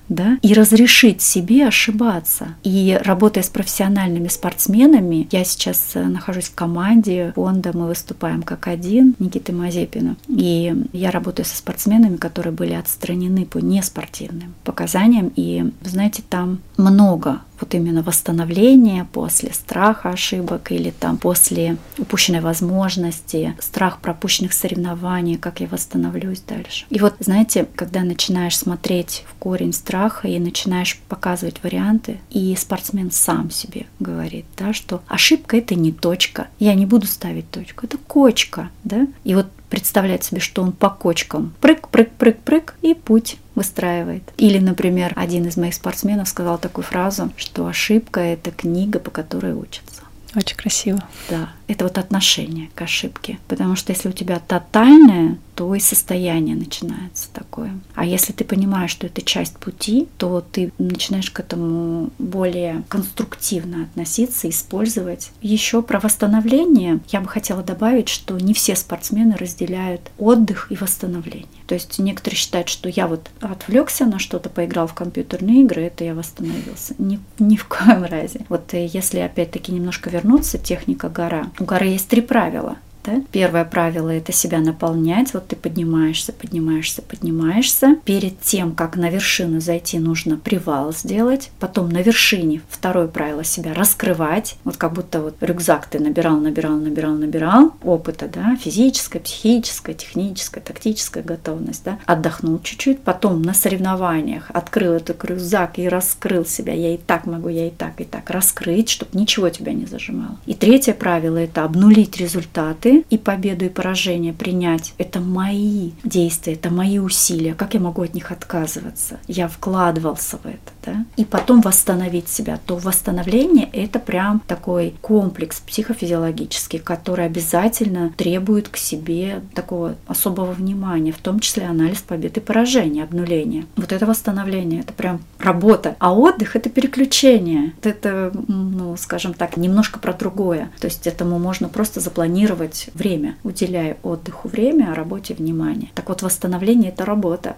S1: да, и разрешить себе ошибаться. И работая с профессиональными спортсменами, я сейчас нахожусь в команде фонда, мы выступаем как один, Никиты Мазепина, и я работаю со спортсменами, которые были отстранены по неспортивным показаниям, и, вы знаете, там много вот именно восстановления после страха ошибок или там после упущенной возможности, страх пропущенных соревнований, как я восстановлюсь дальше. И вот, знаете, когда начинаешь смотреть в корень страха и начинаешь показывать варианты, и спортсмен сам себе говорит, да, что ошибка — это не точка, я не буду ставить точку, это кочка, да, и вот представлять себе, что он по кочкам прыг, прыг, прыг, прыг, и путь выстраивает. Или, например, один из моих спортсменов сказал такую фразу, что ошибка — это книга, по которой учатся.
S2: Очень красиво.
S1: Да, это вот отношение к ошибке. Потому что если у тебя тотальное, то и состояние начинается такое. А если ты понимаешь, что это часть пути, то ты начинаешь к этому более конструктивно относиться, использовать. Еще про восстановление я бы хотела добавить, что не все спортсмены разделяют отдых и восстановление. То есть некоторые считают, что я вот отвлекся на что-то, поиграл в компьютерные игры, это я восстановился. Ни, ни в коем разе. Вот если опять-таки немножко вернуться, техника гора. У горы есть три правила. Да? Первое правило — это себя наполнять. Вот ты поднимаешься, поднимаешься, поднимаешься. Перед тем, как на вершину зайти, нужно привал сделать. Потом на вершине второе правило — себя раскрывать. Вот как будто вот рюкзак ты набирал, набирал, набирал, набирал опыта, да? Физическая, психическая, техническая, тактическая готовность. Да? Отдохнул чуть-чуть. Потом на соревнованиях открыл этот рюкзак и раскрыл себя. Я и так могу, я и так, и так. Раскрыть, чтобы ничего тебя не зажимало. И третье правило — это обнулить результаты. И победу, и поражение принять. Это мои действия, это мои усилия. Как я могу от них отказываться? Я вкладывался в это. Да? И потом восстановить себя. То восстановление — это прям такой комплекс психофизиологический, который обязательно требует к себе такого особого внимания, в том числе анализ побед и поражений, обнуление. Вот это восстановление, это прям работа. А отдых — это переключение. Это, ну, скажем так, немножко про другое. То есть этому можно просто запланировать время, уделяя отдыху время, а работе внимание. Так вот, восстановление — это работа,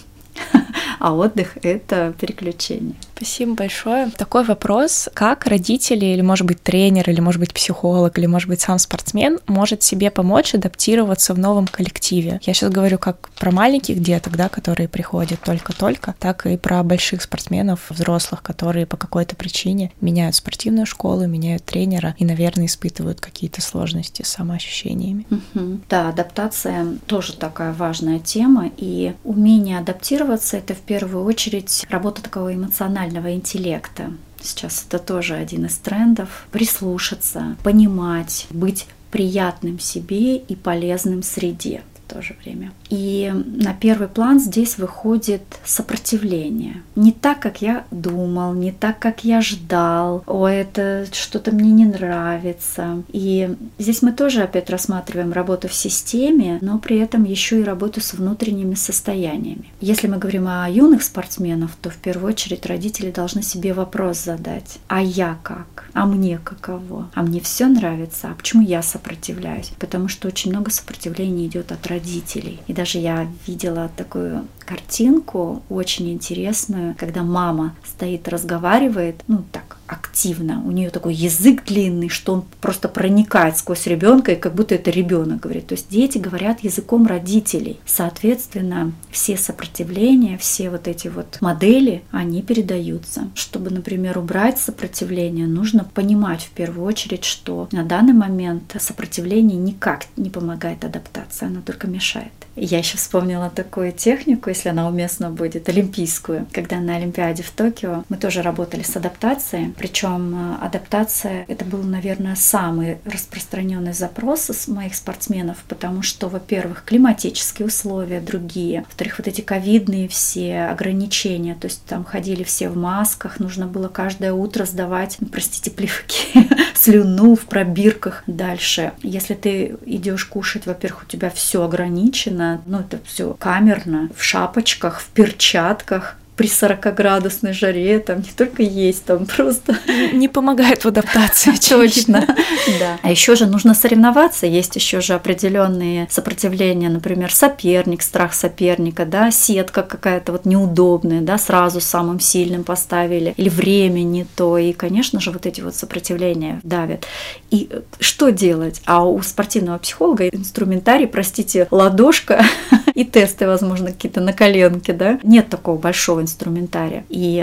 S1: а отдых — это переключение.
S2: Спасибо большое. Такой вопрос: как родители, или, может быть, тренер, или, может быть, психолог, или, может быть, сам спортсмен может себе помочь адаптироваться в новом коллективе? Я сейчас говорю как про маленьких деток, да, которые приходят только-только, так и про больших спортсменов, взрослых, которые по какой-то причине меняют спортивную школу, меняют тренера и, наверное, испытывают какие-то сложности с самоощущениями.
S1: Угу. Да, адаптация тоже такая важная тема, и умение адаптироваться — это в первую очередь работа такого эмоционального интеллекта. Сейчас это тоже один из трендов. Прислушаться, понимать, быть приятным себе и полезным среде в то же время. И на первый план здесь выходит сопротивление. Не так, как я думал, не так, как я ждал. О, это что-то мне не нравится. И здесь мы тоже опять рассматриваем работу в системе, но при этом еще и работу с внутренними состояниями. Если мы говорим о юных спортсменах, то в первую очередь родители должны себе вопрос задать: а я как? А мне каково? А мне все нравится? А почему я сопротивляюсь? Потому что очень много сопротивления идет от родителей. И даже я видела такую картинку очень интересную, когда мама стоит, разговаривает, ну так, активно. У нее такой язык длинный, что он просто проникает сквозь ребенка, и как будто это ребенок говорит. То есть дети говорят языком родителей. Соответственно, все сопротивления, все вот эти вот модели, они передаются. Чтобы, например, убрать сопротивление, нужно понимать в первую очередь, что на данный момент сопротивление никак не помогает адаптации, оно только мешает. Я еще вспомнила такую технику, если она уместна будет, олимпийскую. Когда на Олимпиаде в Токио мы тоже работали с адаптацией. Причем адаптация — это был, наверное, самый распространенный запрос с моих спортсменов, потому что, во-первых, климатические условия другие, во-вторых, вот эти ковидные все ограничения, то есть там ходили все в масках, нужно было каждое утро сдавать, ну, простите, плевки, слюну в пробирках. Дальше, если ты идешь кушать, во-первых, у тебя все ограничено, ну это все камерно, в шапочках, в перчатках. при сорокаградусной жаре, там не только есть, там просто...
S2: Не помогает в адаптации.
S1: Точно, да. А еще же нужно соревноваться, есть еще же определенные сопротивления, например, соперник, страх соперника, да, сетка какая-то вот неудобная, да, сразу самым сильным поставили, или время не то, и, конечно же, вот эти вот сопротивления давят. И что делать? А у спортивного психолога инструментарий, простите, ладошка и тесты, возможно, какие-то на коленке, да. Нет такого большого инструментария. И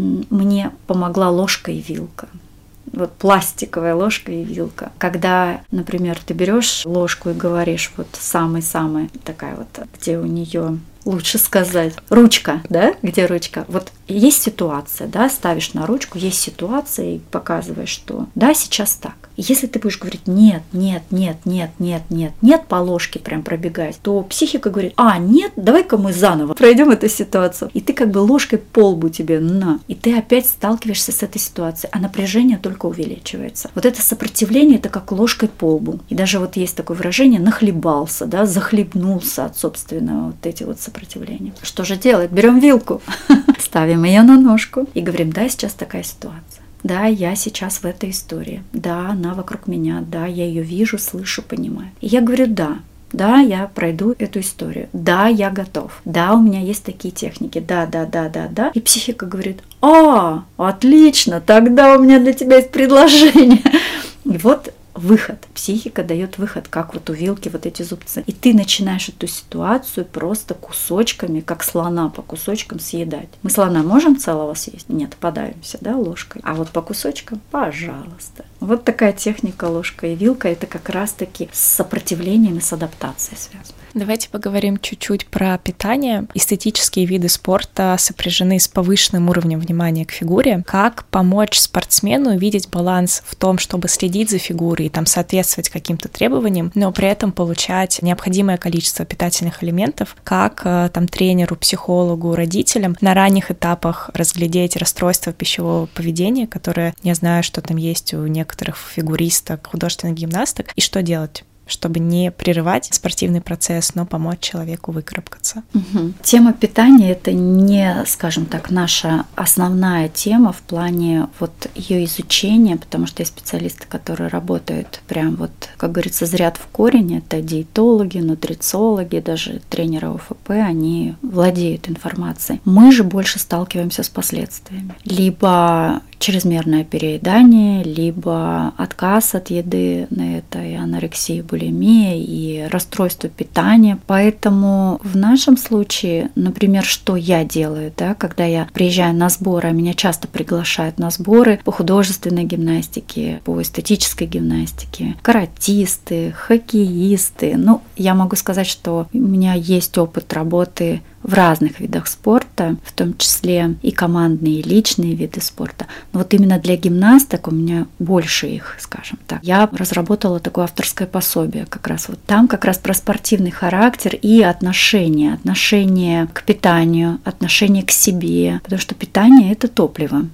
S1: мне помогла ложка и вилка. Вот пластиковая ложка и вилка. Когда, например, ты берешь ложку и говоришь вот самый-самый, такая вот, где у нее лучше сказать, ручка, да, где ручка. Вот есть ситуация, да, ставишь на ручку, есть ситуация и показываешь, что да, сейчас так. И если ты будешь говорить нет, нет, нет, нет, нет, нет, нет, по ложке прям пробегать, то психика говорит, а, нет, давай-ка мы заново пройдем эту ситуацию. И ты как бы ложкой по лбу тебе на. И ты опять сталкиваешься с этой ситуацией, а напряжение только увеличивается. Вот это сопротивление, это как ложкой по лбу. И даже вот есть такое выражение, нахлебался, да, захлебнулся от собственного вот эти вот сопротивления. Что же делать? Берем вилку, ставим ее на ножку и говорим, да, сейчас такая ситуация. Да, я сейчас в этой истории. Да, она вокруг меня. Да, я ее вижу, слышу, понимаю. И я говорю, да, да, я пройду эту историю. Да, я готов. Да, у меня есть такие техники. Да, да, да, да, да. И психика говорит, а, отлично, тогда у меня для тебя есть предложение. И вот выход. Психика дает выход, как вот у вилки вот эти зубцы. И ты начинаешь эту ситуацию просто кусочками, как слона по кусочкам съедать. Мы слона можем целого съесть? Нет, подавимся, да, ложкой. А вот по кусочкам, пожалуйста. Вот такая техника ложка и вилка, это как раз-таки с сопротивлением и с адаптацией связано.
S2: Давайте поговорим чуть-чуть про питание. Эстетические виды спорта сопряжены с повышенным уровнем внимания к фигуре. Как помочь спортсмену увидеть баланс в том, чтобы следить за фигурой и там соответствовать каким-то требованиям, но при этом получать необходимое количество питательных элементов, как там тренеру, психологу, родителям на ранних этапах разглядеть расстройства пищевого поведения, которые, я знаю, что там есть у некоторых фигуристок, художественных гимнасток, и что делать, чтобы не прерывать спортивный процесс, но помочь человеку выкарабкаться.
S1: Угу. Тема питания — это не, скажем так, наша основная тема в плане вот ее изучения, потому что есть специалисты, которые работают прям вот, как говорится, зряд в корень. Это диетологи, нутрициологи, даже тренеры ОФП, они владеют информацией. Мы же больше сталкиваемся с последствиями. Либо чрезмерное переедание, либо отказ от еды на это, и анорексия, булимия, и расстройство питания. Поэтому в нашем случае, например, что я делаю, да, когда я приезжаю на сборы, а меня часто приглашают на сборы по художественной гимнастике, по эстетической гимнастике, каратисты, хоккеисты. Ну, я могу сказать, что у меня есть опыт работы в разных видах спорта, в том числе и командные, и личные виды спорта. Но вот именно для гимнасток у меня больше их, скажем так. Я разработала такое авторское пособие как раз вот там, как раз про спортивный характер и отношения. Отношение к питанию, отношение к себе. Потому что питание – это топливо.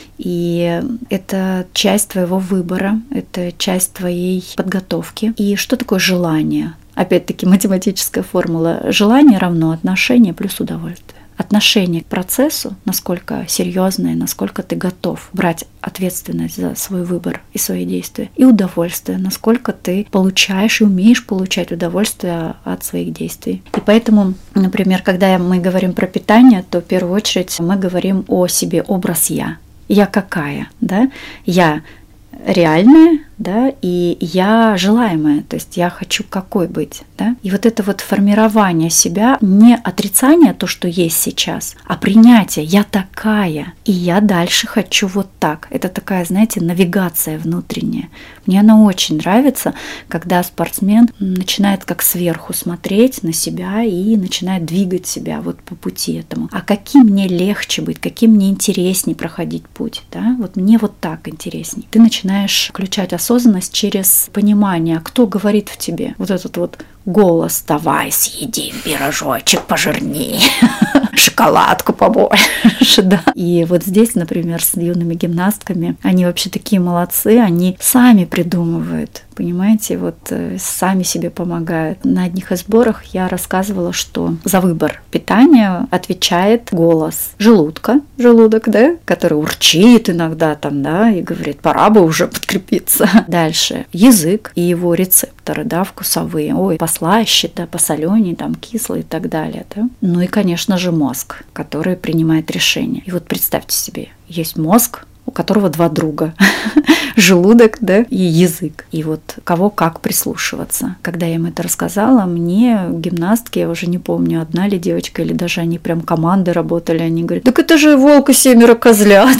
S1: И это часть твоего выбора, это часть твоей подготовки. И что такое желание? Опять-таки математическая формула. Желание равно отношение плюс удовольствие. Отношение к процессу, насколько серьезное, насколько ты готов брать ответственность за свой выбор и свои действия. И удовольствие, насколько ты получаешь и умеешь получать удовольствие от своих действий. И поэтому, например, когда мы говорим про питание, то в первую очередь мы говорим о себе, образ «я». Я какая, да? Я реальная, да, и я желаемая, то есть я хочу какой быть, да. И вот это вот формирование себя, не отрицание то, что есть сейчас, а принятие, я такая, и я дальше хочу вот так. Это такая, знаете, навигация внутренняя. Мне она очень нравится, когда спортсмен начинает как сверху смотреть на себя и начинает двигать себя вот по пути этому. А каким мне легче быть, каким мне интереснее проходить путь, да, вот мне вот так интересней. Ты начинаешь включать осознанность через понимание, кто говорит в тебе. Вот этот вот голос, давай съедим пирожочек пожирнее, шоколадку побольше, да. И вот здесь, например, с юными гимнастками, они вообще такие молодцы, они сами придумывают, понимаете, вот сами себе помогают. На одних из сборах я рассказывала, что за выбор питания отвечает голос желудка, желудок, да, который урчит иногда там, да, и говорит, пора бы уже подкрепиться. Дальше язык и его рецепторы, да, вкусовые, ой, послаще, да, посоленее, там, кислый и так далее, да. Ну и, конечно же, мозг, который принимает решение. И вот представьте себе, есть мозг, у которого два друга, желудок, да, и язык. И вот кого как прислушиваться. Когда я им это рассказала, мне гимнастки, я уже не помню, одна ли девочка, или даже они прям команды работали, они говорят, так это же волк и семеро козлят.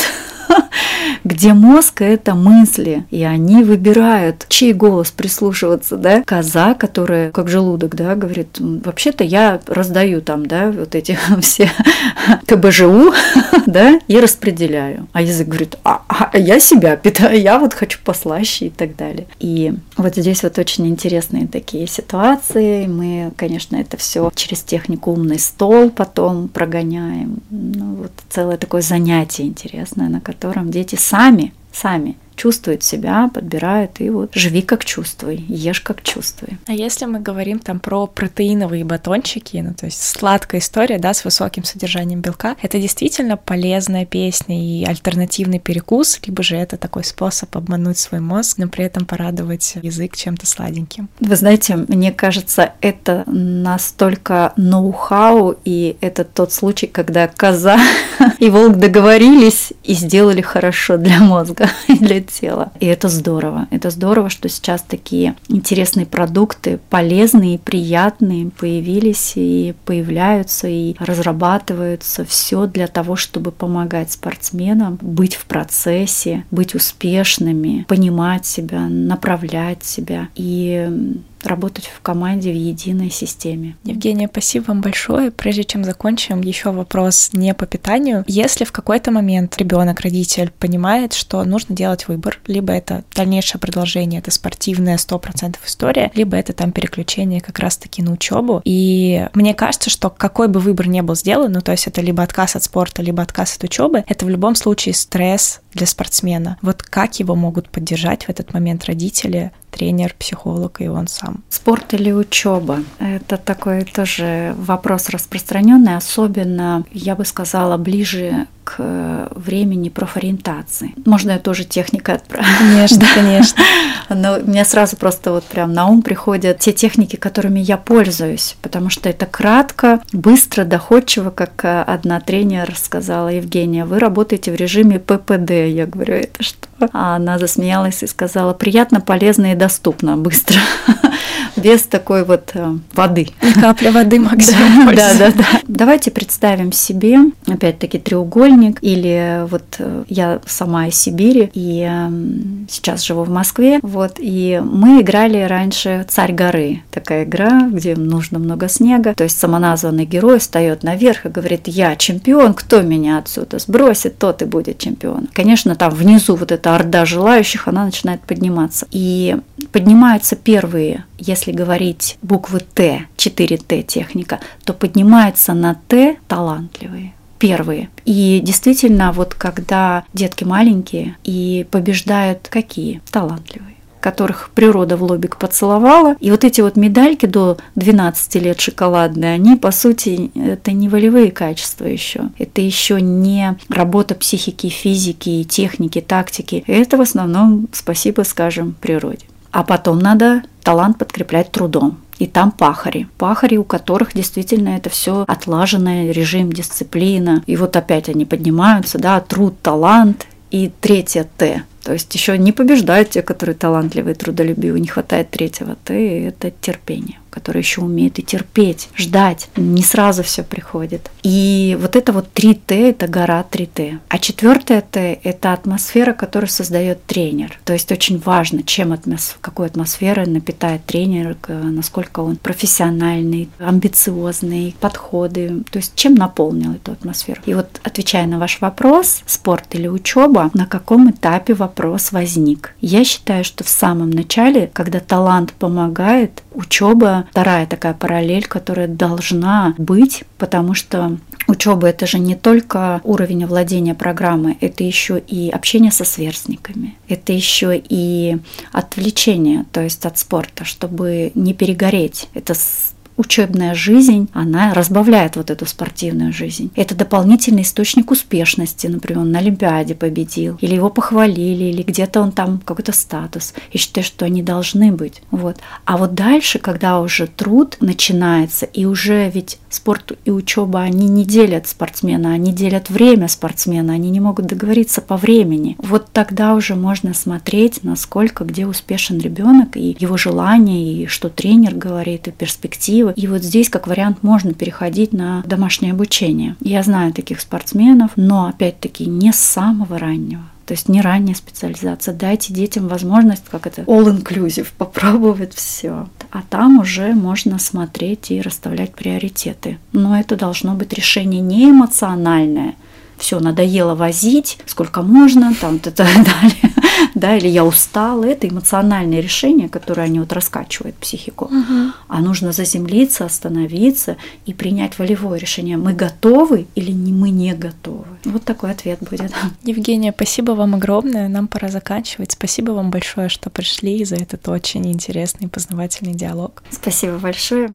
S1: Где мозг – это мысли, и они выбирают, чей голос прислушиваться, да. Коза, которая, как желудок, да, говорит, вообще-то я раздаю там, да, вот эти все ка бэ жэ у, да, и распределяю. А язык говорит, а, а я себя питаю, я вот хочу послаще и так далее. И вот здесь вот очень интересные такие ситуации. Мы, конечно, это все через технику «Умный стол» потом прогоняем. Ну, вот целое такое занятие интересное, на котором дети сами, сами чувствуют себя, подбирают, и вот живи как чувствуй, ешь как чувствуй.
S2: А если мы говорим там про протеиновые батончики, ну то есть сладкая история, да, с высоким содержанием белка, это действительно полезная песня и альтернативный перекус, либо же это такой способ обмануть свой мозг, но при этом порадовать язык чем-то сладеньким?
S1: Вы знаете, мне кажется, это настолько ноу-хау, и это тот случай, когда коза и волк договорились и сделали хорошо для мозга и для тела. И это здорово. Это здорово, что сейчас такие интересные продукты, полезные, приятные, появились и появляются, и разрабатываются. Все для того, чтобы помогать спортсменам быть в процессе, быть успешными, понимать себя, направлять себя и работать в команде, в единой системе.
S2: Евгения, спасибо вам большое. Прежде чем закончим, еще вопрос не по питанию. Если в какой-то момент ребенок, родитель понимает, что нужно делать выбор, либо это дальнейшее продолжение, это спортивная сто процентов история, либо это там переключение как раз-таки на учебу. И мне кажется, что какой бы выбор ни был сделан, ну то есть это либо отказ от спорта, либо отказ от учебы, это в любом случае стресс для спортсмена. Вот как его могут поддержать в этот момент родители, тренер, психолог и он сам?
S1: Спорт или учеба? Это такой тоже вопрос распространенный, особенно, я бы сказала, ближе к времени профориентации. Можно я тоже техникой отправить?
S2: Конечно, да. Конечно.
S1: Но у меня сразу просто вот прям на ум приходят те техники, которыми я пользуюсь, потому что это кратко, быстро, доходчиво, как одна тренер сказала: Евгения, вы работаете в режиме пэ пэ дэ. Я говорю, это что? А она засмеялась и сказала: приятно, полезно и доступно, быстро, без такой вот воды.
S2: Капля воды максимум.
S1: Да, да, да. Давайте представим себе, опять-таки, треугольник, или вот я сама из Сибири, и сейчас живу в Москве, вот, и мы играли раньше «Царь горы», такая игра, где нужно много снега, то есть самоназванный герой встает наверх и говорит: я чемпион, кто меня отсюда сбросит, тот и будет чемпионом. Конечно, там внизу вот эта орда желающих, она начинает подниматься, и поднимаются первые, если говорить буквы Т, четыре Т техника, то поднимается на Т талантливые. Первые. И действительно, вот когда детки маленькие и побеждают какие? Талантливые, которых природа в лобик поцеловала. И вот эти вот медальки до двенадцати лет шоколадные, они, по сути, это не волевые качества еще. Это еще не работа психики, физики, техники, тактики. Это в основном спасибо, скажем, природе. А потом надо талант подкреплять трудом. И там пахари. Пахари, у которых действительно это все отлаженный режим, дисциплина. И вот опять они поднимаются, да, труд, талант. И третье Т. То есть еще не побеждают те, которые талантливые, трудолюбивые. Не хватает третьего Т, и это терпение, которое еще умеет и терпеть, ждать. Не сразу все приходит. И вот это вот три Т – это гора три Т. А четвертое Т – это атмосфера, которую создает тренер. То есть очень важно, чем атмосфера, какой атмосферой напитает тренер, насколько он профессиональный, амбициозный, подходы. То есть чем наполнил эту атмосферу. И вот, отвечая на ваш вопрос, спорт или учеба, на каком этапе вопрос возник? Я считаю, что в самом начале, когда талант помогает, учеба вторая такая параллель, которая должна быть, потому что учеба — это же не только уровень овладения программой, это еще и общение со сверстниками, это еще и отвлечение, то есть от спорта, чтобы не перегореть. Это учебная жизнь, она разбавляет вот эту спортивную жизнь. Это дополнительный источник успешности, например, он на Олимпиаде победил, или его похвалили, или где-то он там какой-то статус. Я считаю, что они должны быть. Вот. А вот дальше, когда уже труд начинается, и уже ведь спорт и учеба, они не делят спортсмена, они делят время спортсмена, они не могут договориться по времени. Вот тогда уже можно смотреть, насколько, где успешен ребенок, и его желания, и что тренер говорит, и перспективы. И вот здесь, как вариант, можно переходить на домашнее обучение. Я знаю таких спортсменов, но, опять-таки, не с самого раннего. То есть не ранняя специализация. Дайте детям возможность, как это, all-inclusive, попробовать все. А там уже можно смотреть и расставлять приоритеты. Но это должно быть решение не эмоциональное. Все, надоело возить, сколько можно, там, это далее, да, или я устала. Это эмоциональное решение, которое они вот раскачивают психику. Угу. А нужно заземлиться, остановиться и принять волевое решение. Мы готовы или не, мы не готовы? Вот такой ответ будет.
S2: Евгения, спасибо вам огромное. Нам пора заканчивать. Спасибо вам большое, что пришли, за этот очень интересный познавательный диалог.
S1: Спасибо большое.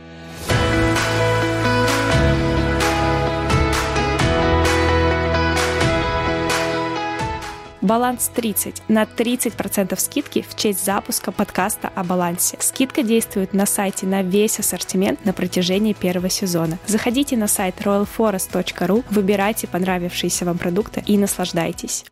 S2: Баланс тридцать. На тридцать процентов скидки в честь запуска подкаста о балансе. Скидка действует на сайте на весь ассортимент на протяжении первого сезона. Заходите на сайт роял форест точка ру, выбирайте понравившиеся вам продукты и наслаждайтесь.